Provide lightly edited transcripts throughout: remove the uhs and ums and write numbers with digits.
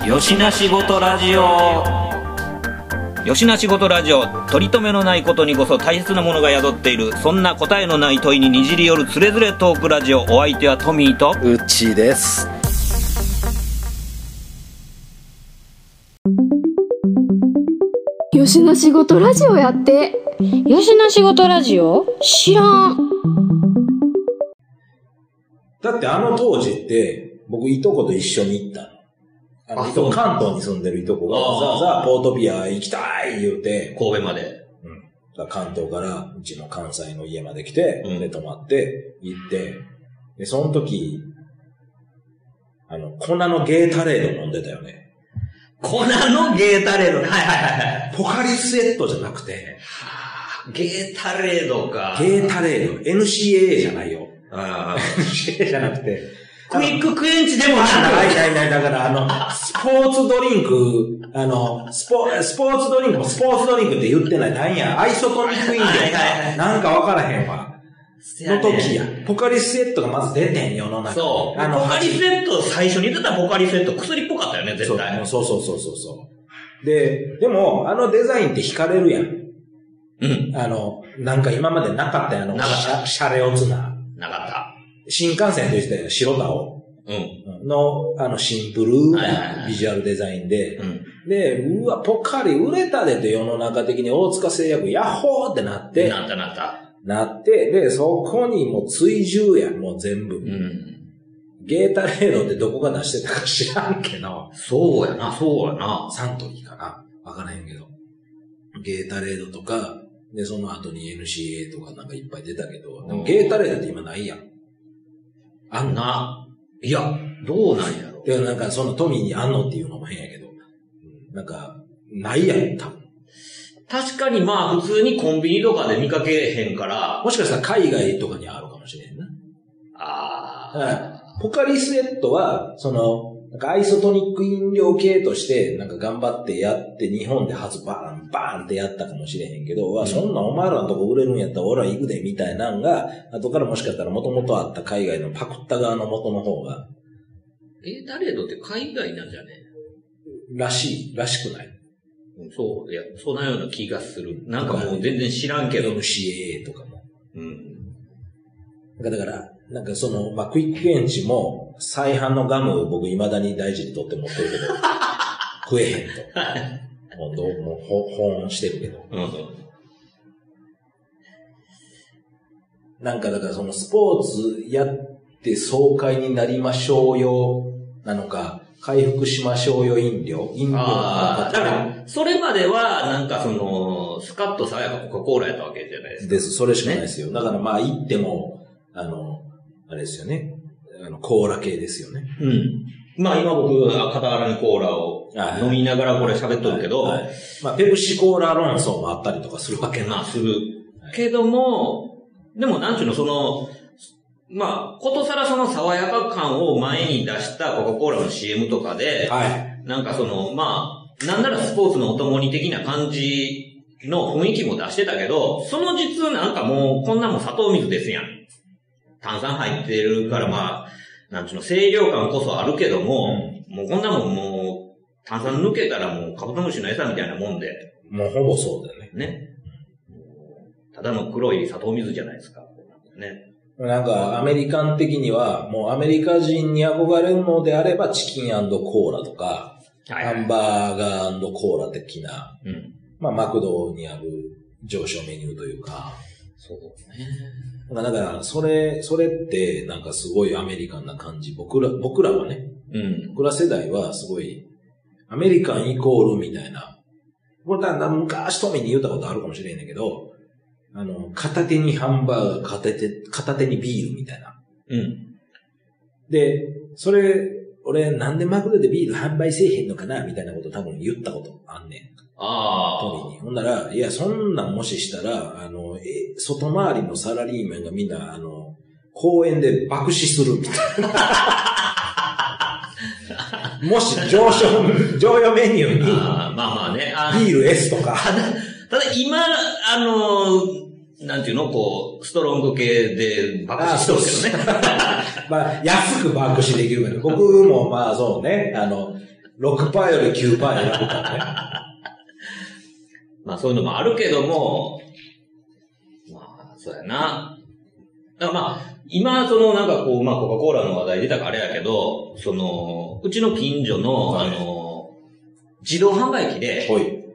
よしなしごとラジオ。よしなしごとラジオ、取り留めのないことにこそ大切なものが宿っている、そんな答えのない問いににじり寄るつれづれトークラジオ。お相手はトミーとうっちーです。 よしなしごとラジオやって。 よしなしごとラジオ知らん。 だってあの当時って僕いとこと一緒に行ったの。関東に住んでるいとこがさあポートピア行きたい言うて神戸まで、 関東からうちの関西の家まで来て、で泊まって行って、でその時粉のゲータレード飲んでたよね。 粉のゲータレード、はいはいはい。 ポカリスエットじゃなくて、 ゲータレードか。 ゲータレード、NCAA じゃないよ。NCAA じゃなくて、 クイッククエンチでもない。 だからスポーツドリンク、スポーツドリンクもスポーツドリンクって言ってない。なんや、アイソトニック飲料か。なんかわからへんわ。の時や。ポカリスエットがまず出てん、世の中。 そう。ポカリスエット、最初に出たポカリスエット、薬っぽかったよね、絶対。 そう。でも、デザインって惹かれるやん。 うん。 なんか今までなかったやん、シャレオツな。 なかった。 新幹線として白青の、シンプルなビジュアルデザインで、で、うわ、ポカリ売れたでって世の中的に大塚製薬、ヤッホーってなって、なって、で、そこにもう追従やん、もう全部。ゲータレードってどこが出してたか知らんけど。 そうやな。 サントリーかなわからへんけど。ゲータレードとか、で、その後に NCA とかなんかいっぱい出たけど、でもゲータレードって今ないやん。あんな。 いや、どうなんやろ。 で、なんかそのトミーにあんのっていうのも変やけど、なんか、ないやん、多分。 確かにまあ普通にコンビニとかで見かけへんから。 もしかしたら海外とかにあるかもしれんな。ポカリスエットは、なんかアイソトニック飲料系として、なんか頑張ってやって、日本で初バーンってやったかもしれへんけど、そんなお前らのとこ売れるんやったら俺は行くで、みたいなんが、後からもしかしたら元々あった海外のパクった側の元の方が。 ゲータレードって海外なんじゃねらしくない。 そう、いや、そんなような気がする。なんかもう全然知らんけど。 MCA とかも。だから、なんかクイックエンチも、再販のガム僕未だに大事に取って持ってるけど、食えへんと。本当もう保温してるけど。なんかだからスポーツやって爽快になりましょうよ、なのか、回復しましょうよ飲料なのか。 だから、それまでは、なんかスカッと爽やかコカ・コーラやったわけじゃないですか。 それしかないですよ。だからまあ言っても、あれですよね。コーラ系ですよね。 まあ今僕、傍らにコーラを飲みながらこれ喋っとるけど、 まあペプシコーラ論争もあったりとかするわけな。 する。けども、でもなんちゅうの、まあ、ことさら爽やか感を前に出したコカ・コーラの CM とかで、なんかまあ、なんならスポーツのお供に的な感じの雰囲気も出してたけど、その実なんかもうこんなもん砂糖水ですやん。炭酸入ってるからまあ、なんちゅうの、清涼感こそあるけども、もうこんなもんもう、炭酸抜けたらもうカブトムシの餌みたいなもんで。 もうほぼそうだよね。 ね。ただの黒い砂糖水じゃないですか。ね。 なんかアメリカン的には、もうアメリカ人に憧れるのであればチキン&コーラとか、ハンバーガー&コーラ的な、まあマクドにある上昇メニューというか、 そうね。 だから、それって、なんかすごいアメリカンな感じ。僕らはね、僕ら世代はすごい、アメリカンイコールみたいな。これ昔トミーに言ったことあるかもしれんねんけど、片手にハンバーガー、片手にビールみたいな。で、俺なんでマクドでビール販売せえへんのかなみたいなこと多分言ったことあんねん。トミーに。ほんなら、いや、そんなんもししたら、外回りのサラリーマンがみんな、公園で爆死するみたいな。もし常用メニューに、 まあね、 ビール S とか。 ただ今、なんていうのストロング系で爆死しとるけどね。 まあ、安く爆死できるから。僕もまあそうね、 6% より 9% 選ぶからね。 まあそういうのもあるけども、まあ、そうやな。だからまあ、今、なんかこう、まあ、コカ・コーラの話題出たからあれやけど、うちの近所の、自動販売機で、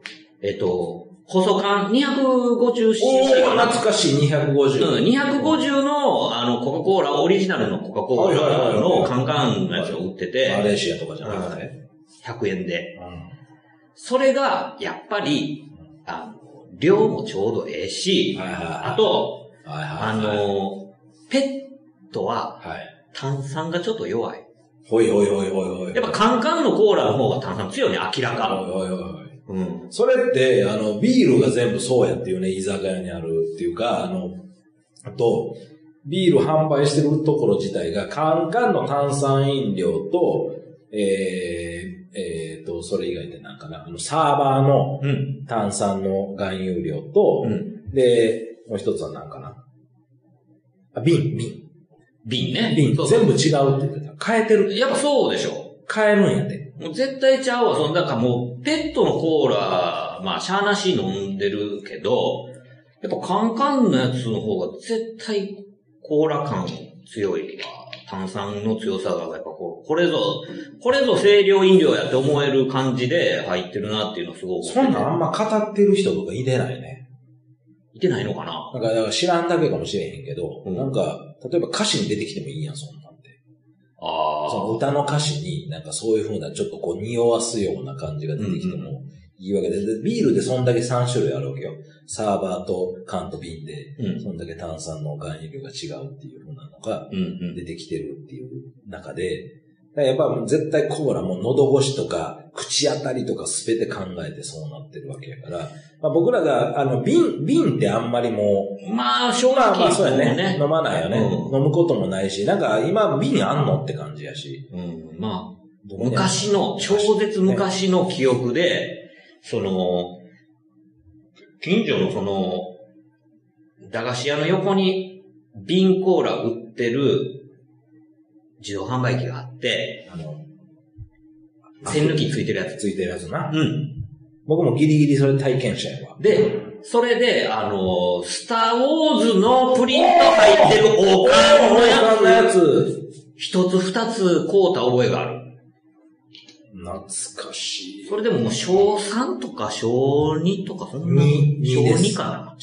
細缶 250cc かな。懐かしい250。 250の、コカ・コーラ、オリジナルのコカ・コーラのカンカンのやつを売ってて、 マレーシアとかじゃなくて、 100円で。それが、やっぱり、量もちょうどええし、あと、ペットは、炭酸がちょっと弱い。やっぱカンカンのコーラの方が炭酸強いね、明らか。 それって、ビールが全部そうやっていうね、居酒屋にあるっていうか、あと、ビール販売してるところ自体が、カンカンの炭酸飲料と、それ以外でなんかな、サーバーの炭酸の含有量と、で、もう一つはなんかな。瓶ね。全部違うって言ってた。変えてる。 やっぱそうでしょ。 変えるんやで。 もう絶対ちゃうわ。だからもう、ペットのコーラ、まあ、しゃーなし飲んでるけど、やっぱカンカンのやつの方が絶対コーラ感強いわ。炭酸の強さがやっぱこれぞ清涼飲料やって思える感じで入ってるなっていうのすごく。 そんなんあんま語ってる人とかいてないね。 いてないのかな？ だから知らんだけかもしれへんけど、なんか、例えば歌詞に出てきてもいいやん、そんなんて。その歌の歌詞になんかそういう風なちょっとこう匂わすような感じが出てきてもいいわけで、ビールでそんだけ3種類あるわけよ。サーバーと缶と瓶で、そんだけ炭酸の含有量が違うっていう風なのが出てきてるっていう中で、やっぱ絶対コーラも喉越しとか口当たりとかすべて考えてそうなってるわけやから、まあ、僕らが瓶ってあんまりもう、 まあ正直まあそうやね。飲まないよね、飲むこともないし、なんか今瓶あんのって感じやし。 まあ、昔の、超絶昔の記憶で、近所の駄菓子屋の横に瓶コーラ売ってる自動販売機があって、栓抜きついてるやつ。 ついてるやつな。僕もギリギリそれ体験者やわ。 で、それで、スターウォーズのプリント入ってる王冠のやつ、一つ二つ買うた覚えがある。 懐かしい。 それでももう小3とか小2とかそんな。小2かな。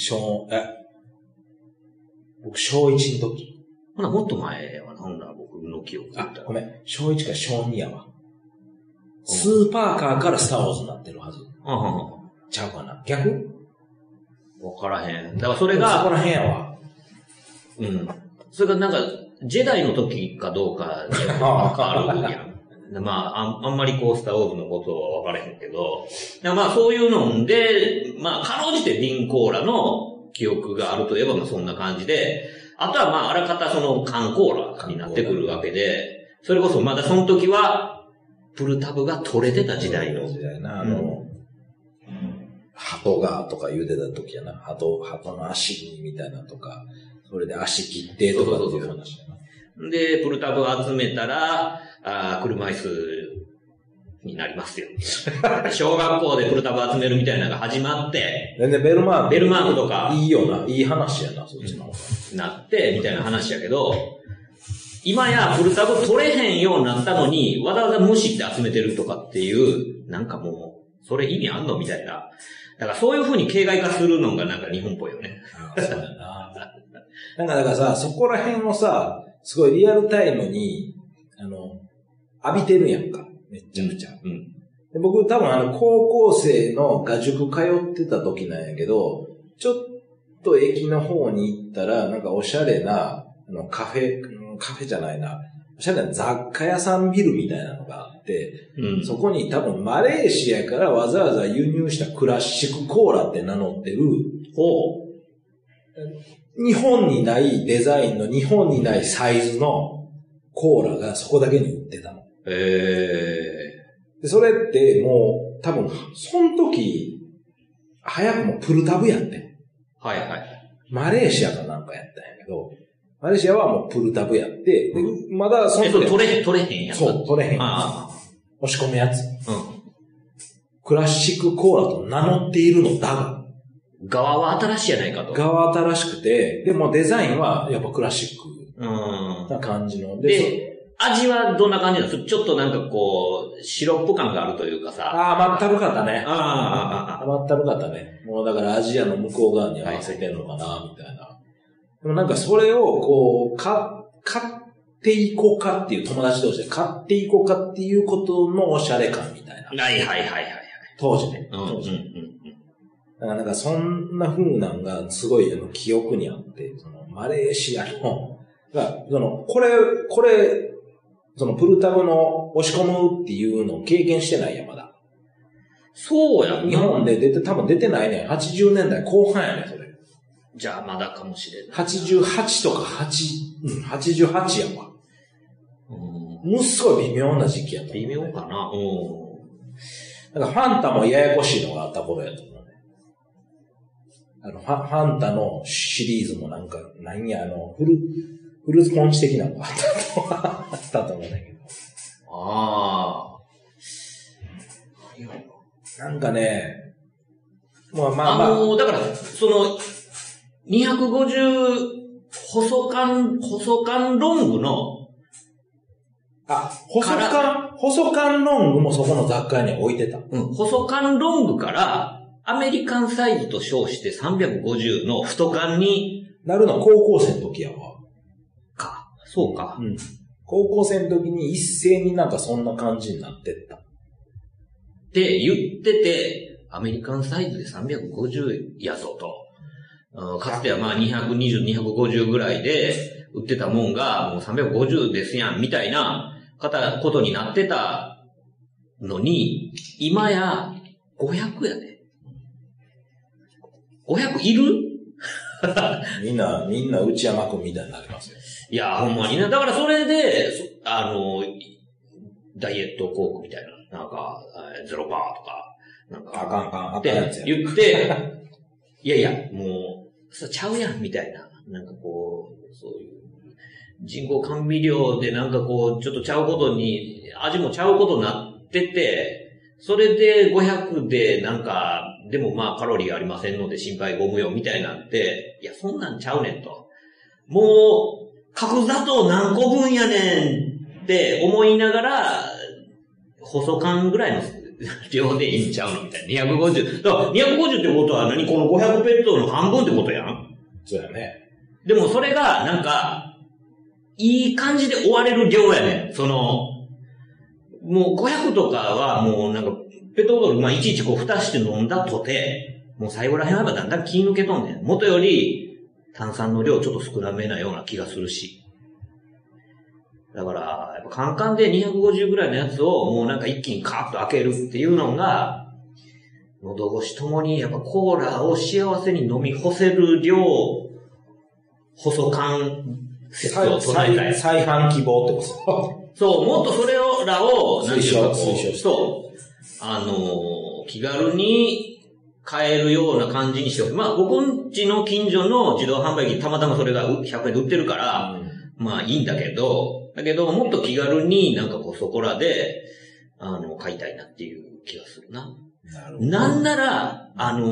僕小1の時。 ほな、もっと前はなんだ、僕の記憶。 ごめん。小1か小2やわ。スーパーカーからスターウォーズになってるはず。ちゃうかな。逆？ わからへん。だからそれが。 そこらへんやわ。 それがなんか、ジェダイの時かどうかでわかるやん。まあ、あんまりこう、スターウォーズのことはわからへんけど、まあそういうので、まあ、かろうじて瓶コーラの記憶があるといえば、まあそんな感じで、あとはまあ、あらかた缶コーラになってくるわけで、それこそまだその時は、プルタブが取れてた時代の。 鳩がとか言うてた時やな。鳩の足にみたいなとか、それで足切ってとかっていう話やな。 で、プルタブを集めたら、車椅子になりますよ。小学校でプルタブ集めるみたいなのが始まって、 全然ベルマークとか。 いいよな。いい話やな、そっちの方が。 なって、みたいな話やけど、今やプルタブ取れへんようになったのに、わざわざ無視って集めてるとかっていう、なんかもう、それ意味あんのみたいな。だからそういう風に形骸化するのがなんか日本っぽいよね。 そうやな。なんかだからさ、そこら辺をさ、すごいリアルタイムに、浴びてるやんか。めっちゃくちゃ。で僕多分高校生の画塾通ってた時なんやけど、ちょっと駅の方に行ったら、なんかおしゃれな、カフェじゃないな、おしゃれな雑貨屋さんビルみたいなのがあって、そこに多分マレーシアからわざわざ輸入したクラシックコーラって名乗ってる、日本にないデザインの日本にないサイズのコーラがそこだけに売ってたの。でそれってもう多分、その時、早くもプルタブやって。マレーシアかなんかやったんやけど、マレーシアはもうプルタブやって、でまだその時取れへんやん。 そう、取れへん。 押し込むやつ。クラシックコーラと名乗っているのだが。 側は新しいやないかと。 側は新しくて、でもデザインはやっぱクラシックな感じの。 で、味はどんな感じなの？ちょっとなんかこう、シロップ感があるというかさ。 甘ったるかったね。甘ったるかったね。もうだからアジアの向こう側に合わせてんのかな、みたいな。でもなんかそれをこう、買っていこうかっていう友達同士で買っていこうかっていうことのおしゃれ感みたいな。 はい。 当時ね。当時。なんかそんな風なんがすごい記憶にあって、そのマレーシアの、これ、そのプルタブの押し込むっていうのを経験してないや、まだ。 そうやん。 日本で多分出てないね。80年代後半やね、それ。 じゃあまだかもしれない。 88とか88やわ。ものすごい微妙な時期やった、 微妙かな。 なんかファンタもややこしいのがあった頃やと思うね。ファンタのシリーズもなんか、フルーツポンチ的なのがあったと思うんだけど。なんかね、だから、その、250細管ロングの、 細管ロングもそこの雑貨屋に置いてた。 細管ロングから、アメリカンサイズと称して350の太管になるの高校生の時やわ。 そうか。 高校生の時に一斉になんかそんな感じになってった。 って言ってて、アメリカンサイズで350やぞと。かつてはまあ220、250ぐらいで売ってたもんがもう350ですやんみたいなことになってたのに、今や500やで。500いる？ みんな内山くんみたいになりますよ。 いや、ほんまにね。だからそれで、ダイエットコークみたいな、なんか、0%とか、なんか、 あかんやつや。 言って、いや、もう、それちゃうやん、みたいな。なんかこう、そういう、人工甘味料でなんかこう、ちょっとちゃうことに、味もちゃうことになってて、それで500でなんか、でもまあカロリーありませんので心配ご無用みたいなんって、いや、そんなんちゃうねんと。もう、角砂糖何個分やねんって思いながら、細缶ぐらいの量でいいんちゃうのみたいな。250。だから250ってことは何？この500ペットの半分ってことやん？ そうやね。 でもそれがなんか、いい感じで終われる量やねん。もう500とかはもうなんか、ペットボトル、まあいちいちこう蓋して飲んだとて、もう最後らへんはだんだん気抜けとんねん。元より炭酸の量ちょっと少なめなような気がするし。だから、やっぱカンカンで250ぐらいのやつをもうなんか一気にカーッと開けるっていうのが、喉越しともにやっぱコーラを幸せに飲み干せる量、細缶説を唱えたい。 再販希望ってことそう、もっとそれらを、 推奨そう、気軽に買えるような感じにしておく。まあ、僕ん家の近所の自動販売機、たまたまそれが100円で売ってるから、まあいいんだけど、もっと気軽になんかこうそこらで、買いたいなっていう気がするな。なんなら、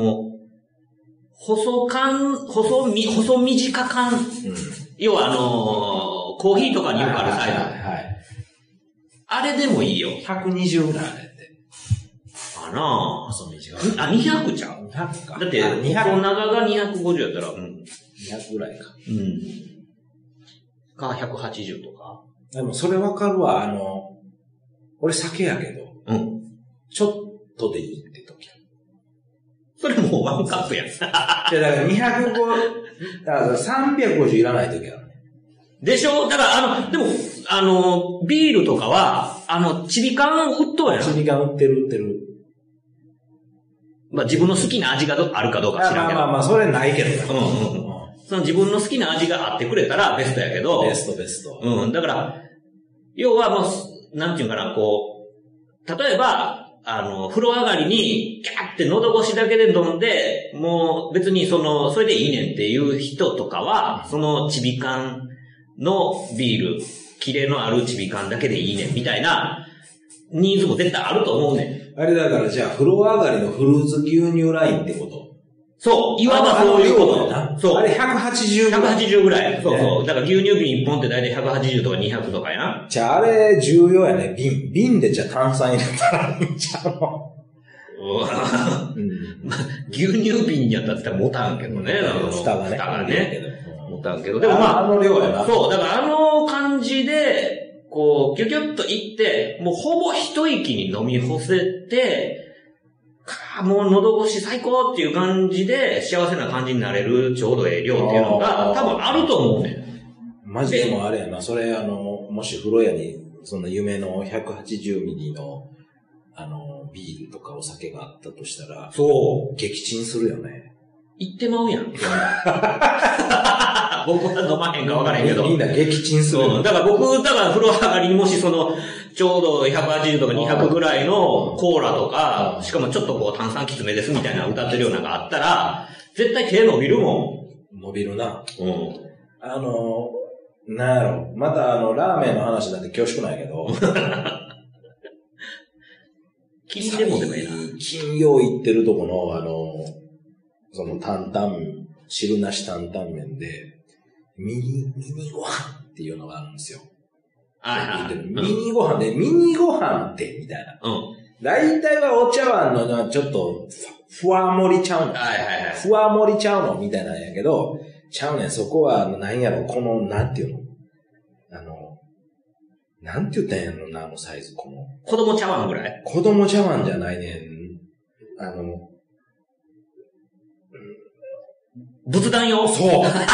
細短缶、要はコーヒーとかによくあるサイズ。あれでもいいよ。 120ぐらいあれって。 なぁ。 細短い。200ちゃう？ 200か。 だって、細長が250やったら、 200ぐらいか。 か、180とか。 でもそれわかるわ。俺酒やけど、ちょっとでいいって時。 それもうワンカップやん。だから350いらない時あるね。 でしょ？だからでも、ビールとかは、チビ缶売っとうやん。 チビ缶売ってる。 まあ自分の好きな味があるかどうか知らんけど。 まあそれないけどね。 その自分の好きな味があってくれたらベストやけど。 ベスト。 だから、要はもう、なんていうかな、こう、例えば、風呂上がりに、ギャーって喉越しだけで飲んで、もう別にそれでいいねんっていう人とかは、そのチビ缶のビール、キレのあるチビ缶だけでいいねんみたいな、 ニーズも絶対あると思うねん。あれだからじゃあ、風呂上がりのフルーツ牛乳ラインってこと？ そう。いわばそういうことだ。そう。 あれ180ぐらい。 180ぐらい。そうそう。だから牛乳瓶1本って大体180とか200とかやな。 じゃああれ重要やね。瓶でじゃあ炭酸入れたらいいんちゃうの？ 牛乳瓶やったら持たんけどね。 蓋がね。 持たんけど。でもまあ、 あの量やな。 そう。だからあの感じで、こう、ギュギュッといって、もうほぼ一息に飲み干せて、もう喉越し最高っていう感じで幸せな感じになれるちょうどええ量っていうのが多分あると思うねん。 マジでもあれやな。それもし風呂屋にその夢の180ミリのビールとかお酒があったとしたら、 そう。 撃沈するよね。 言ってまうやん。僕は飲まへんか分からへんけど。 みんな撃沈する。 だから風呂上がりにもしちょうど180とか200ぐらいのコーラとか、しかもちょっとこう炭酸きつめですみたいな歌ってるようなのがあったら、絶対手伸びるもん。伸びるな。 うん。 なんやろ。またラーメンの話なんて恐縮ないけど。 キリンでもでもいいな。 金曜行ってるとこの、その担々、汁なし担々麺で、ミニご飯っていうのがあるんですよ。ミニご飯で、ミニご飯って、みたいな。大体はお茶碗のちょっと、ふわ盛りちゃうの。ふわ盛りちゃうのみたいなんやけど、ちゃうねん。そこは、なんやろ、この、なんていうのなんて言ったんやろな、サイズ、この。 子供茶碗ぐらい？ 子供茶碗じゃないねん。 仏壇用？ そう。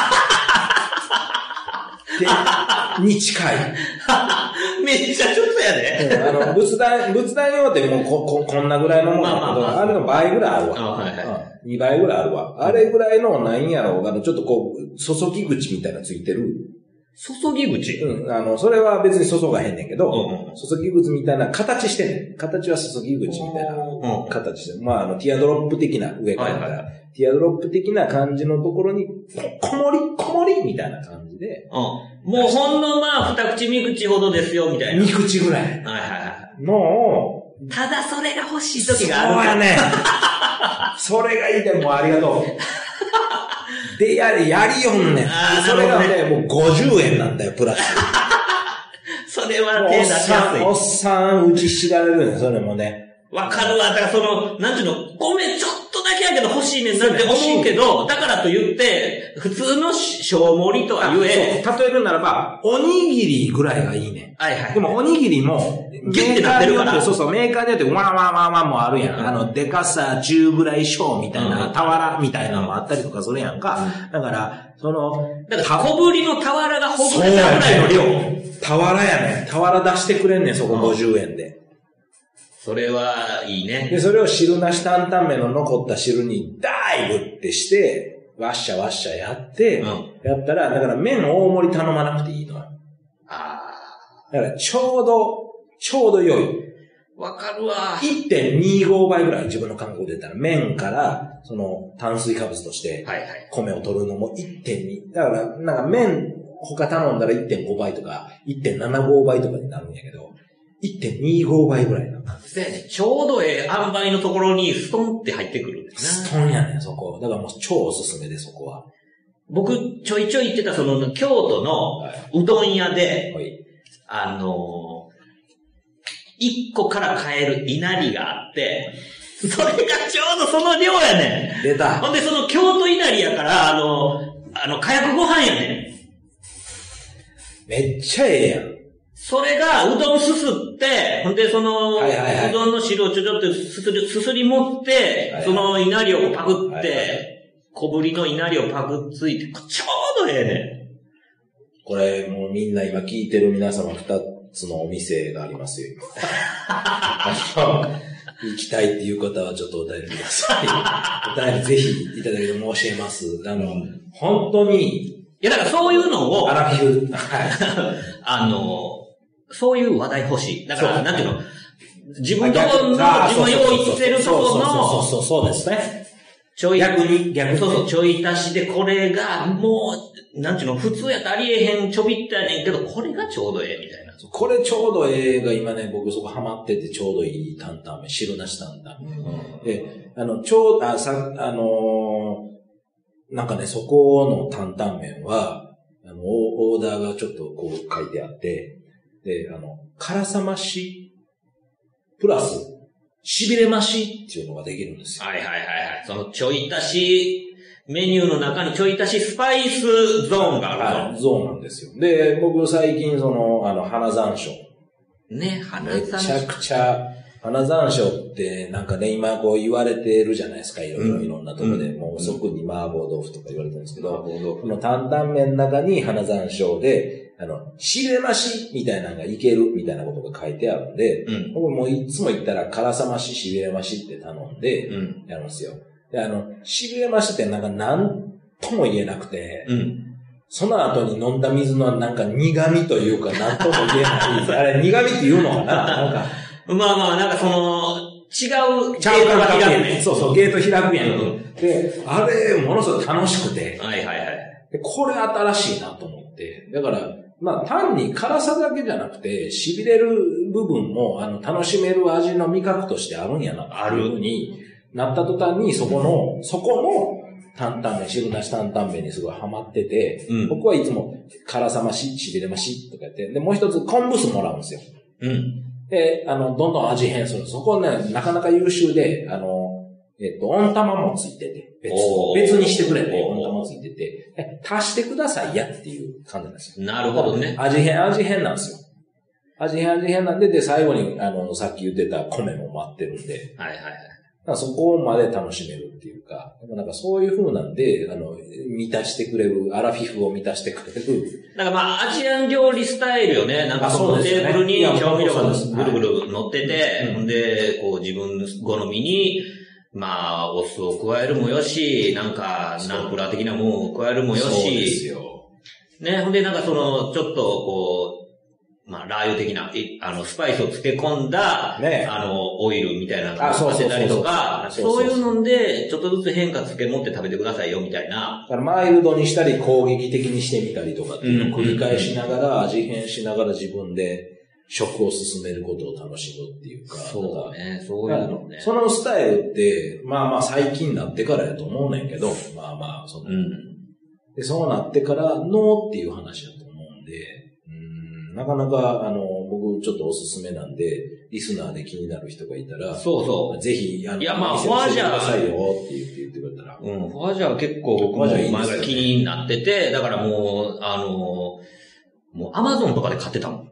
に近い。 めっちゃちょっとやで。 仏壇用ってもうこんなぐらいのもんだけど、あれの倍ぐらいあるわ。2倍ぐらいあるわ。あれぐらいの、なんやろう、ちょっとこう、注ぎ口みたいなついてる。 注ぎ口？ それは別に注がへんねんけど、注ぎ口みたいな形してんねん。形は注ぎ口みたいな形してる。まあ、ティアドロップ的な、上から見たら、ティアドロップ的な感じのところに、こもりみたいな感じで。 もうほんのまあ、二口三口ほどですよ、みたいな。 二口ぐらい。もう、ただそれが欲しい時がある。 そうやね。それがいいでもありがとう。で、やりよんねん。それがね、もう50円なんだよ、プラス。 それは手出しやすい。 おっさん、打ちしがれるね、それもね。 わかるわ。だからなんていうの、ごめん、ちょっとだけやけど欲しいねんなって思うけど、だからと言って、普通の小盛りとは言え。 例えるならば、おにぎりぐらいがいいね。でもおにぎりも、 ギュッてなってるから。 そう、メーカーによってワンもあるやん。でかさ10ぐらい小みたいな、俵みたいなのもあったりとかするやんか。だから、 だから小ぶりの俵がほぐれたぐらいの量。 俵やねん。俵出してくれんねん、そこ50円で。 それはいいね。 で、それを汁なし担々麺の残った汁にダイブってして、ワッシャやって、やったら、だから麺大盛り頼まなくていいのよ。だからちょうど良い。 わかるわ。 1.25 倍ぐらい自分の感覚で言ったら、麺から、炭水化物として、米を取るのも 1.2。だから、なんか麺、他頼んだら 1.5 倍とか、1.75 倍とかになるんやけど、1.25 倍ぐらいな感じ。 ちょうど塩梅のところにストンって入ってくるんですね。 ストンやねん、そこ。だからもう超おすすめで、そこは。 僕、ちょいちょい言ってた京都のうどん屋で、1個から買える稲荷があって、それがちょうどその量やねん。 出た。 ほんで京都稲荷やから、かやくご飯やねん。めっちゃええやん。 それがうどんすすって、ほんでうどんの汁をちょっとすすり持って、その稲荷をパクって、小ぶりの稲荷をパクついて、ちょうどええねん。 これもうみんな今聞いてる皆様2つのお店がありますよ。行きたいっていう方はちょっとお便りください。お便りぜひいただけると申し上げます。本当に。 いや、だからそういうのを、 アラフィフ。 そういう話題欲しい。だから、なんていうの、自分とこの、自分用意してるところの、 そうですね。 逆に。 そうそう、ちょい足しで、これが、もう、なんちゅうの、普通やったらありえへんちょびったやねんけど、これがちょうどええみたいな。 これちょうどええが今ね、僕そこハマっててちょうどいい担々麺、汁なし担々麺。で、なんかね、そこの担々麺は、オーダーがちょっとこう書いてあって、で、辛さ増し、プラス、しびれ増しっていうのができるんですよ。 はいはいはいはい。そのちょい足し、メニューの中にちょい足しスパイスゾーンがあるの。 ゾーンなんですよ。で、僕最近花山椒。 ね、花山椒。 めちゃくちゃ、花山椒ってなんかね、今こう言われてるじゃないですか。いろんなところで。もう即に麻婆豆腐とか言われてるんですけど、この担々麺の中に花山椒で、しびれ増しみたいなのがいけるみたいなことが書いてあるんで、僕もういつも言ったら辛さ増し、しびれ増しって頼んで、やるんですよ。で、しびれ増しってなんか何とも言えなくて、その後に飲んだ水のなんか苦味というか何とも言えない。あれ苦味って言うのかななんか。 まあまあ、なんか違うゲートが開くね。そうそう、ゲート開くやん。で、あれ、ものすごく楽しくて。 はいはいはい。 で、これ新しいなと思って。だから、まあ単に辛さだけじゃなくて、痺れる部分も、楽しめる味の味覚としてあるんやな、あるふうになった途端に、そこの担々麺、汁なし担々麺にすごいハマってて、僕はいつも辛さ増し、痺れ増しとか言って、で、もう一つ昆布酢もらうんですよ。で、どんどん味変する。そこね、なかなか優秀で、温玉もついてて、別にしてくれて、温玉ついてて、足してくださいやっていう感じなんですよ。 なるほどね。 味変なんですよ。味変なんで、最後に、さっき言ってた米も待ってるんで。 はいはいはい。 そこまで楽しめるっていうか、なんかそういう風なんで、満たしてくれる、アラフィフを満たしてくれる。 なんかまあ、アジアン料理スタイルよね。なんかそのテーブルに調味料がぐるぐる乗ってて、で、こう自分好みに、まあ、お酢を加えるもよし、なんか、ナンプラー的なものを加えるもよし。 そうですよ。 ね、ほんでなんかちょっとこう、まあ、ラー油的な、スパイスを漬け込んだ、ね、オイルみたいなのを当てたりとか、そういうので、ちょっとずつ変化つけ持って食べてくださいよ、みたいな。 だからマイルドにしたり、攻撃的にしてみたりとかっていうのを繰り返しながら、味変しながら自分で食を進めることを楽しむっていうか。 そうだね、そういうのね。 そのスタイルって、まあまあ最近になってからやと思うねんけど、まあまあ、で、そうなってからのっていう話だと思うんで、なかなか、僕ちょっとおすすめなんで、リスナーで気になる人がいたら、 そうそう。 ぜひ、 いや、まあ、フォアジャー。 くださいよって言ってくれたら。 フォアジャーは結構僕も前から気になってて、だからもうアマゾンとかで買ってたもん。 い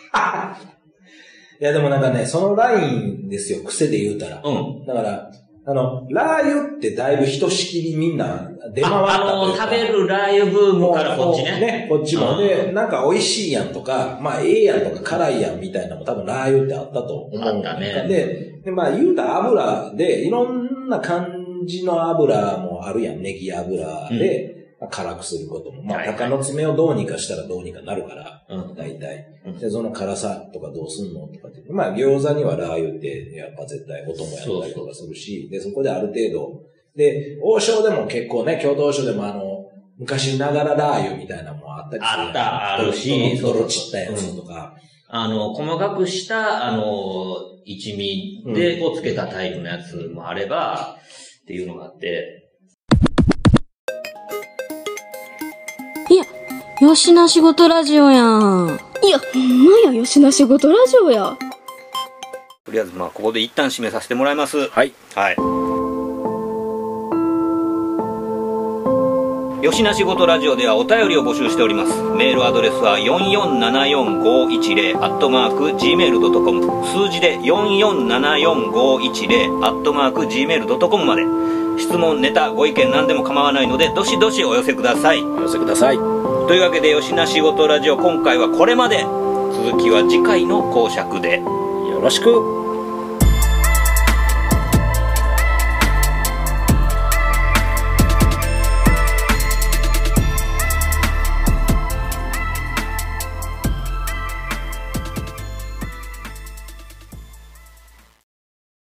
や、でもなんかね、そのラインですよ、癖で言うたら。だから、ラー油ってだいぶひとしきりみんな出回ったというか。 食べるラー油ブームからこっちね。 こっちも。で、なんか美味しいやんとか、まあええやんとか辛いやんみたいなのも多分ラー油ってあったと思う。 あったね。 で、まあ言うたら油で、いろんな感じの油もあるやん。ネギ油で、辛くすることも。まあ、鷹の爪をどうにかしたらどうにかなるから、大体。で、その辛さとかどうすんのとかって。まあ、餃子にはラー油ってやっぱ絶対お供やったりとかするし、で、そこである程度。で、王将でも結構ね、京都王将でも昔ながらラー油みたいなのもあったりする。 あるし、 ドロチったやつとか。 細かくした、一味でこうつけたタイプのやつもあれば、っていうのがあって、 よしな仕事ラジオやん。 いや、ほんまや、よしな仕事ラジオや。 とりあえずまあここで一旦締めさせてもらいます。 はい。 はい。よしな仕事ラジオではお便りを募集しております。メールアドレスは4474510@gmail.com、数字で4474510@gmail.com まで。質問、ネタ、ご意見何でも構わないので、どしどしお寄せください。 お寄せください。 というわけで、よしな仕事ラジオ、今回はこれまで。続きは次回の講釈で。 よろしく。